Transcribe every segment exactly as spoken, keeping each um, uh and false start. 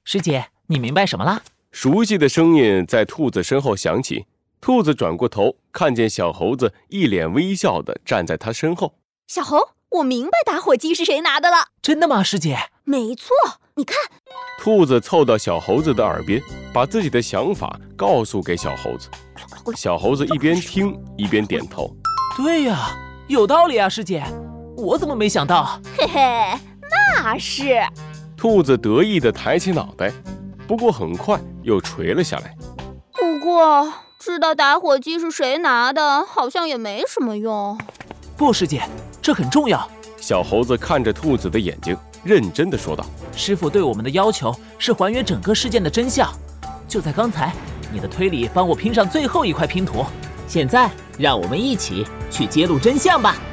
师姐，你明白什么了？ 熟悉的声音在兔子身后响起，兔子转过头，看见小猴子一脸微笑地站在他身后。 小猴，我明白打火机是谁拿的了。 真的吗，师姐？ 没错，你看。 兔子凑到小猴子的耳边，把自己的想法告诉给小猴子。小猴子一边听一边点头。 对呀，有道理啊，师姐，我怎么没想到？ 嘿嘿，那是。 兔子得意地抬起脑袋，不过很快又垂了下来。 不过知道打火机是谁拿的，好像也没什么用。 不，师姐，这很重要。 小猴子看着兔子的眼睛，认真地说道： 师傅对我们的要求是还原整个事件的真相。就在刚才，你的推理帮我拼上最后一块拼图。现在，让我们一起去揭露真相吧。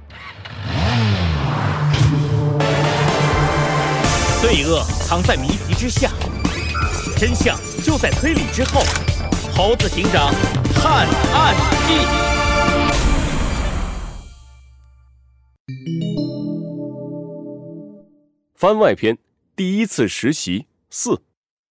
罪恶藏在谜题之下，真相就在推理之后。猴子警长探案记。 番外篇第一次实习四。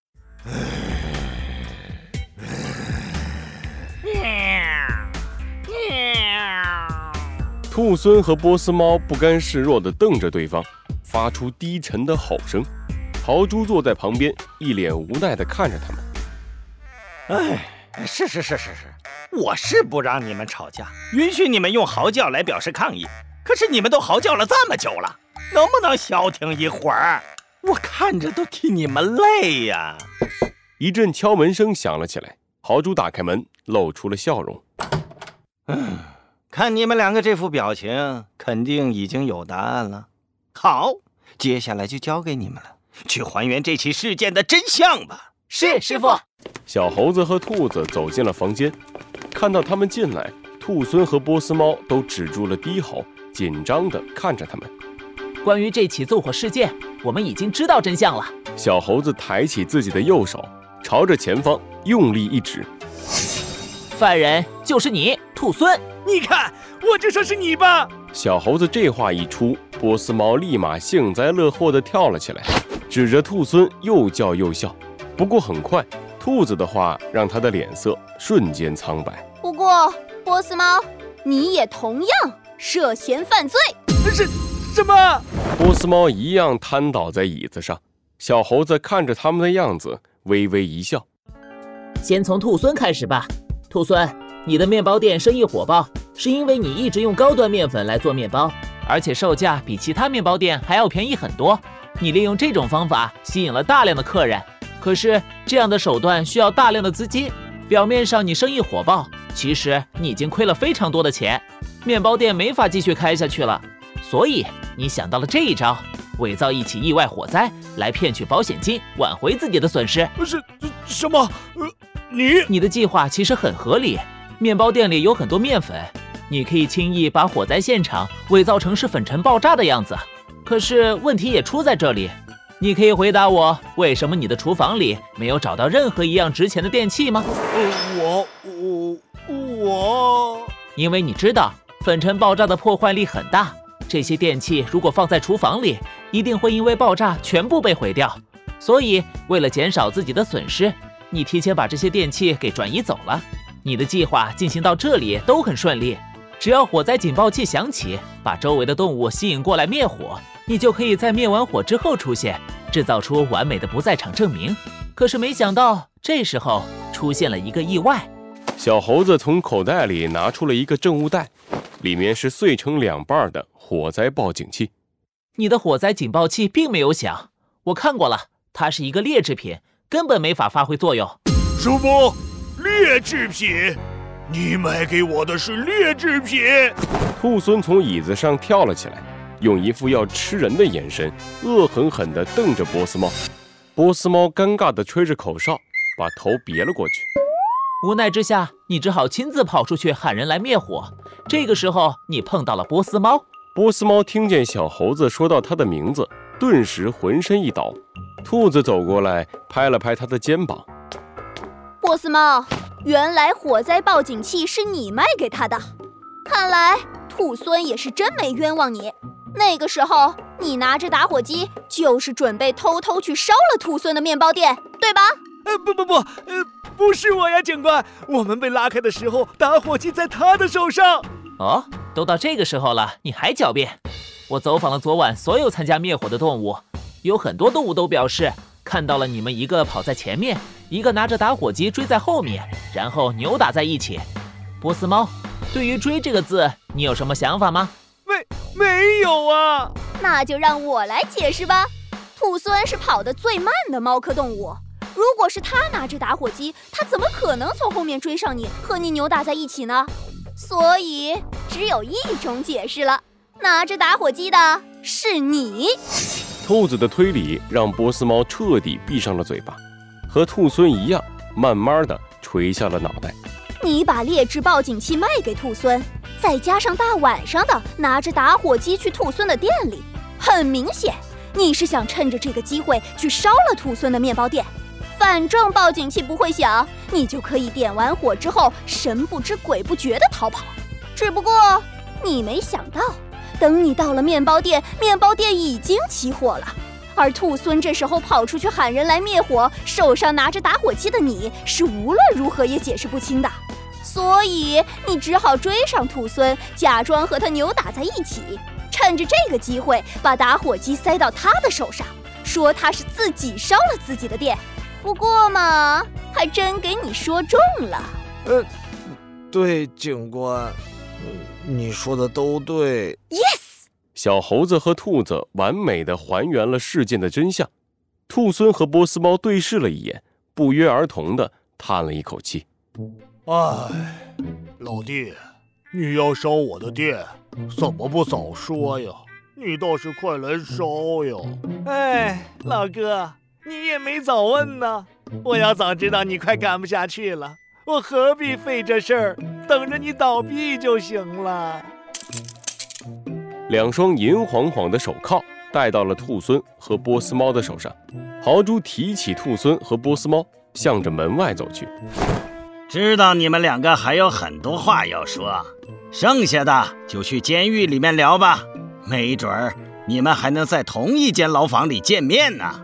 兔孙和波斯猫不甘示弱地瞪着对方，发出低沉的吼声。豪猪坐在旁边，一脸无奈地看着他们。 哎，是是是是是，我是不让你们吵架，允许你们用嚎叫来表示抗议。可是你们都嚎叫了这么久了，能不能消停一会儿？我看着都替你们累呀！ 一阵敲门声响了起来，豪猪打开门，露出了笑容。 嗯，看你们两个这副表情，肯定已经有答案了。好，接下来就交给你们了，去还原这起事件的真相吧。 是，师傅。 小猴子和兔子走进了房间，看到他们进来，兔孙和波斯猫都止住了低吼，紧张地看着他们。 关于这起纵火事件，我们已经知道真相了。 小猴子抬起自己的右手，朝着前方用力一指。 犯人就是你，兔孙。 你看，我就说是你吧。 小猴子这话一出，波斯猫立马幸灾乐祸地跳了起来，指着兔孙又叫又笑。不过很快，兔子的话让他的脸色瞬间苍白。 不过，波斯猫，你也同样涉嫌犯罪。 是什么？ 波斯猫一样瘫倒在椅子上。小猴子看着他们的样子，微微一笑。 先从兔孙开始吧。兔孙，你的面包店生意火爆，是因为你一直用高端面粉来做面包，而且售价比其他面包店还要便宜很多。你利用这种方法吸引了大量的客人。可是这样的手段需要大量的资金，表面上你生意火爆，其实你已经亏了非常多的钱，面包店没法继续开下去了。所以你想到了这一招，伪造一起意外火灾来骗取保险金，挽回自己的损失。 是什么？呃，你你的计划其实很合理。面包店里有很多面粉，你可以轻易把火灾现场伪造成是粉尘爆炸的样子。可是问题也出在这里。你可以回答我，为什么你的厨房里没有找到任何一样值钱的电器吗？ 我我我， 因为你知道粉尘爆炸的破坏力很大，这些电器如果放在厨房里，一定会因为爆炸全部被毁掉。所以为了减少自己的损失，你提前把这些电器给转移走了。你的计划进行到这里都很顺利，只要火灾警报器响起，把周围的动物吸引过来灭火，你就可以在灭完火之后出现，制造出完美的不在场证明。可是没想到，这时候出现了一个意外。 小猴子从口袋里拿出了一个证物袋，里面是碎成两半的火灾报警器。 你的火灾警报器并没有响，我看过了，它是一个劣质品，根本没法发挥作用。 什么？劣质品？你卖给我的是劣质品？ 兔孙从椅子上跳了起来，用一副要吃人的眼神，恶狠狠地瞪着波斯猫。波斯猫尴尬地吹着口哨，把头别了过去。 无奈之下，你只好亲自跑出去喊人来灭火。这个时候，你碰到了波斯猫。 波斯猫听见小猴子说到他的名字，顿时浑身一倒。兔子走过来，拍了拍他的肩膀。 波斯猫，原来火灾报警器是你卖给他的，看来兔孙也是真没冤枉你。那个时候你拿着打火机就是准备偷偷去烧了兔孙的面包店，对吧？ 呃，不不不，呃，不是我呀，警官。我们被拉开的时候，打火机在他的手上。 哦，都到这个时候了，你还狡辩？我走访了昨晚所有参加灭火的动物，有很多动物都表示看到了你们一个跑在前面，一个拿着打火机追在后面，然后扭打在一起。波斯猫，对于追这个字，你有什么想法吗？ 没没有啊。 那就让我来解释吧。兔孙是跑得最慢的猫科动物，如果是他拿着打火机，他怎么可能从后面追上你，和你扭打在一起呢？所以只有一种解释了，拿着打火机的是你。 兔子的推理让波斯猫彻底闭上了嘴巴，和兔孙一样，慢慢的垂下了脑袋。 你把劣质报警器卖给兔孙，再加上大晚上的拿着打火机去兔孙的店里，很明显你是想趁着这个机会去烧了兔孙的面包店。反正报警器不会响，你就可以点完火之后神不知鬼不觉地逃跑。只不过你没想到，等你到了面包店，面包店已经起火了，而兔孙这时候跑出去喊人来灭火，手上拿着打火机的你是无论如何也解释不清的。所以你只好追上兔孙，假装和他扭打在一起，趁着这个机会把打火机塞到他的手上，说他是自己烧了自己的店。不过嘛，还真给你说中了。 呃，对，警官，你说的都对。 Yes。 小猴子和兔子完美的还原了事件的真相。兔孙和波斯猫对视了一眼，不约而同的叹了一口气。 哎，老弟，你要烧我的店，怎么不早说呀？你倒是快来烧呀！ 哎，老哥，你也没早问呢。我要早知道你快干不下去了，我何必费这事儿，等着你倒闭就行了。 两双银晃晃的手铐戴到了兔孙和波斯猫的手上。豪猪提起兔孙和波斯猫，向着门外走去。 知道你们两个还有很多话要说，剩下的就去监狱里面聊吧，没准儿你们还能在同一间牢房里见面呢。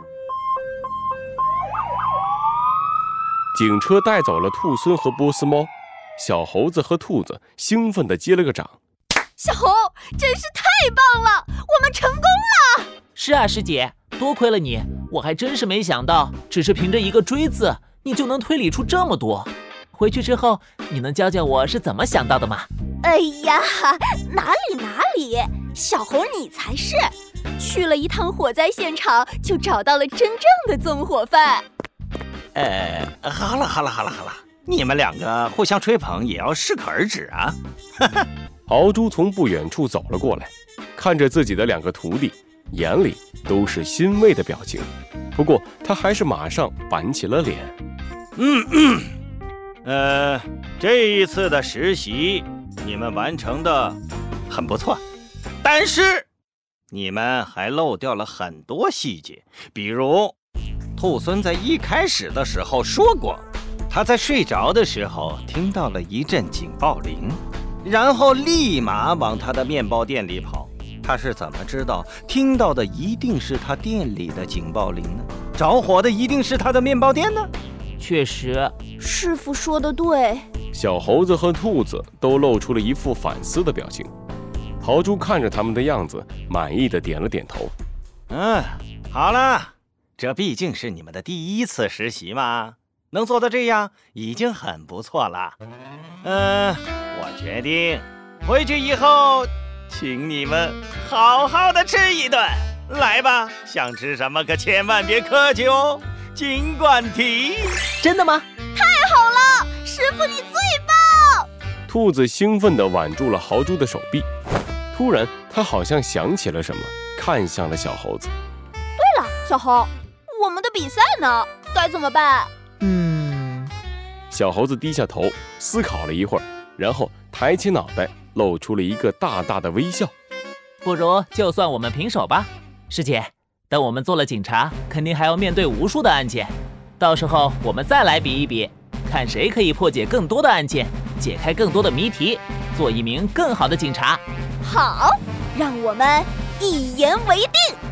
警车带走了兔孙和波斯猫，小猴子和兔子兴奋地接了个掌。 小猴，真是太棒了，我们成功了！ 是啊，师姐，多亏了你，我还真是没想到，只是凭着一个追字，你就能推理出这么多。回去之后，你能教教我是怎么想到的吗？ 哎呀，哪里哪里，小猴你才是，去了一趟火灾现场，就找到了真正的纵火犯。 呃，好了好了好了好了，你们两个互相吹捧也要适可而止啊！ 豪猪从不远处走了过来，看着自己的两个徒弟，眼里都是欣慰的表情。不过他还是马上板起了脸。 嗯嗯，呃，这一次的实习你们完成的很不错，但是你们还漏掉了很多细节，比如兔孙在一开始的时候说过，他在睡着的时候听到了一阵警报铃，然后立马往他的面包店里跑。他是怎么知道听到的一定是他店里的警报铃呢？着火的一定是他的面包店呢？ 确实， 师傅说的对。 小猴子和兔子都露出了一副反思的表情。豪猪看着他们的样子，满意的点了点头。 嗯，好了，这毕竟是你们的第一次实习嘛，能做到这样已经很不错了。嗯，我决定回去以后请你们好好的吃一顿。来吧，想吃什么可千万别客气哦，尽管提。 真的吗？ 太好了，师傅你最棒！ 兔子兴奋地挽住了豪猪的手臂。突然他好像想起了什么，看向了小猴子。 对了，小猴，我们的比赛呢？该怎么办？ 嗯， 小猴子低下头思考了一会儿，然后抬起脑袋，露出了一个大大的微笑。 不如就算我们平手吧。师姐，等我们做了警察，肯定还要面对无数的案件，到时候我们再来比一比，看谁可以破解更多的案件，解开更多的谜题，做一名更好的警察。 好，让我们一言为定。